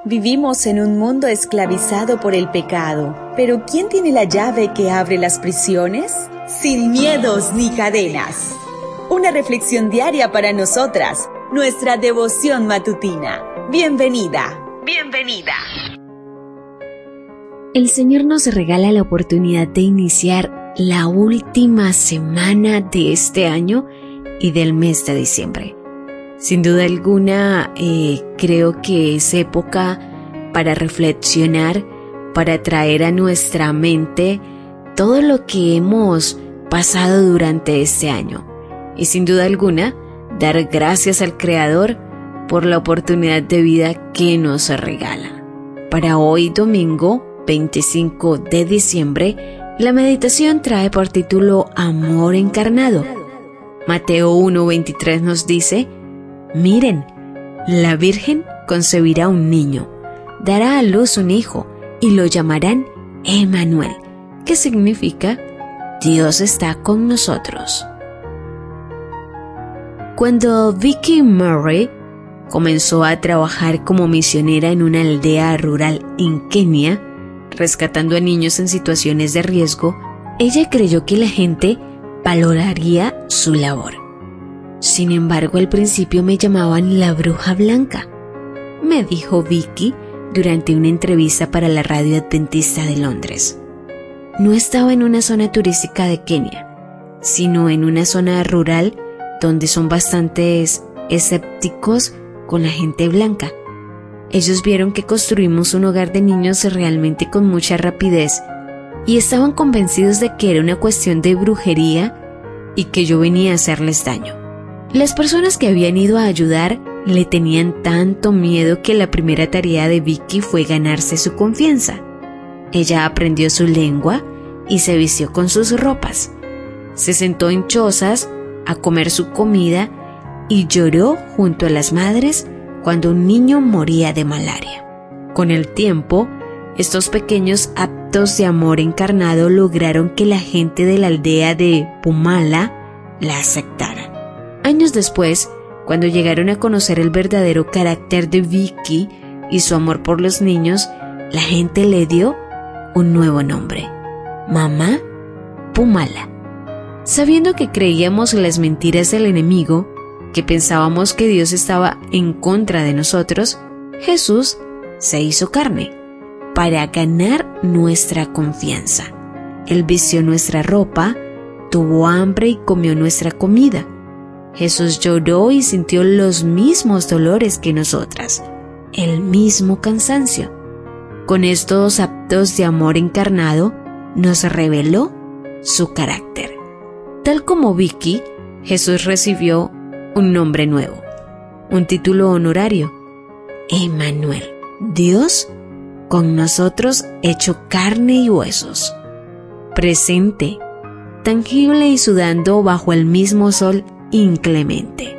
Vivimos en un mundo esclavizado por el pecado, pero ¿quién tiene la llave que abre las prisiones? Sin miedos ni cadenas. Una reflexión diaria para nosotras, nuestra devoción matutina. Bienvenida, bienvenida. El Señor nos regala la oportunidad de iniciar la última semana de este año y del mes de diciembre. Sin duda alguna, creo que es época para reflexionar, para traer a nuestra mente todo lo que hemos pasado durante este año. Y sin duda alguna, dar gracias al Creador por la oportunidad de vida que nos regala. Para hoy, domingo 25 de diciembre, la meditación trae por título Amor encarnado. Mateo 1:23 nos dice: Miren, la Virgen concebirá un niño, dará a luz un hijo y lo llamarán Emmanuel, que significa Dios está con nosotros. Cuando Vicky Murray comenzó a trabajar como misionera en una aldea rural en Kenia, rescatando a niños en situaciones de riesgo, ella creyó que la gente valoraría su labor. Sin embargo, al principio me llamaban la bruja blanca, me dijo Vicky durante una entrevista para la radio adventista de Londres. No estaba en una zona turística de Kenia, sino en una zona rural donde son bastante escépticos con la gente blanca. Ellos vieron que construimos un hogar de niños realmente con mucha rapidez y estaban convencidos de que era una cuestión de brujería y que yo venía a hacerles daño. Las personas que habían ido a ayudar le tenían tanto miedo que la primera tarea de Vicky fue ganarse su confianza. Ella aprendió su lengua y se vistió con sus ropas. Se sentó en chozas a comer su comida y lloró junto a las madres cuando un niño moría de malaria. Con el tiempo, estos pequeños actos de amor encarnado lograron que la gente de la aldea de Pumala la aceptaran. Años después, cuando llegaron a conocer el verdadero carácter de Vicky y su amor por los niños, la gente le dio un nuevo nombre: Mamá Pumala. Sabiendo que creíamos las mentiras del enemigo, que pensábamos que Dios estaba en contra de nosotros, Jesús se hizo carne para ganar nuestra confianza. Él vistió nuestra ropa, tuvo hambre y comió nuestra comida. Jesús lloró y sintió los mismos dolores que nosotras, el mismo cansancio. Con estos actos de amor encarnado, nos reveló su carácter. Tal como Vicky, Jesús recibió un nombre nuevo, un título honorario: Emmanuel, Dios con nosotros hecho carne y huesos, presente, tangible y sudando bajo el mismo sol inclemente.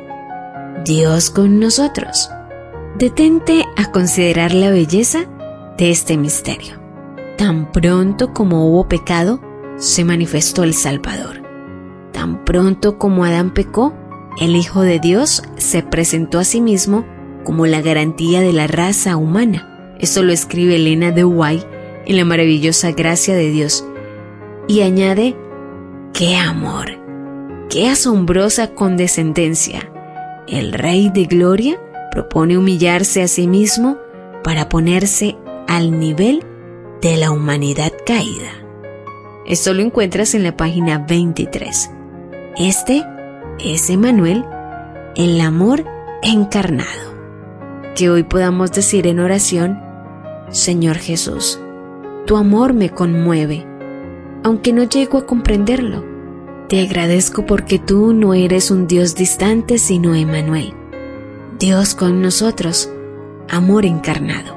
Dios con nosotros. Detente a considerar la belleza de este misterio. Tan pronto como hubo pecado, se manifestó el Salvador. Tan pronto como Adán pecó, el Hijo de Dios se presentó a sí mismo como la garantía de la raza humana. Esto lo escribe Elena de White en La maravillosa gracia de Dios. Y añade: ¡qué amor! ¡Qué asombrosa condescendencia! El Rey de Gloria propone humillarse a sí mismo para ponerse al nivel de la humanidad caída. Esto lo encuentras en la página 23. Este es Emmanuel, el amor encarnado. Que hoy podamos decir en oración: Señor Jesús, tu amor me conmueve, aunque no llego a comprenderlo. Te agradezco porque tú no eres un Dios distante, sino Emmanuel, Dios con nosotros, amor encarnado.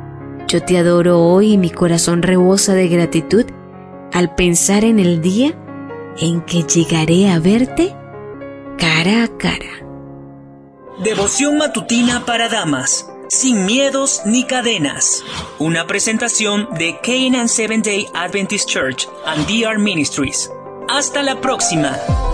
Yo te adoro hoy y mi corazón rebosa de gratitud al pensar en el día en que llegaré a verte cara a cara. Devoción matutina para damas, sin miedos ni cadenas. Una presentación de Canaan Seventh Day Adventist Church and DR Ministries. Hasta la próxima.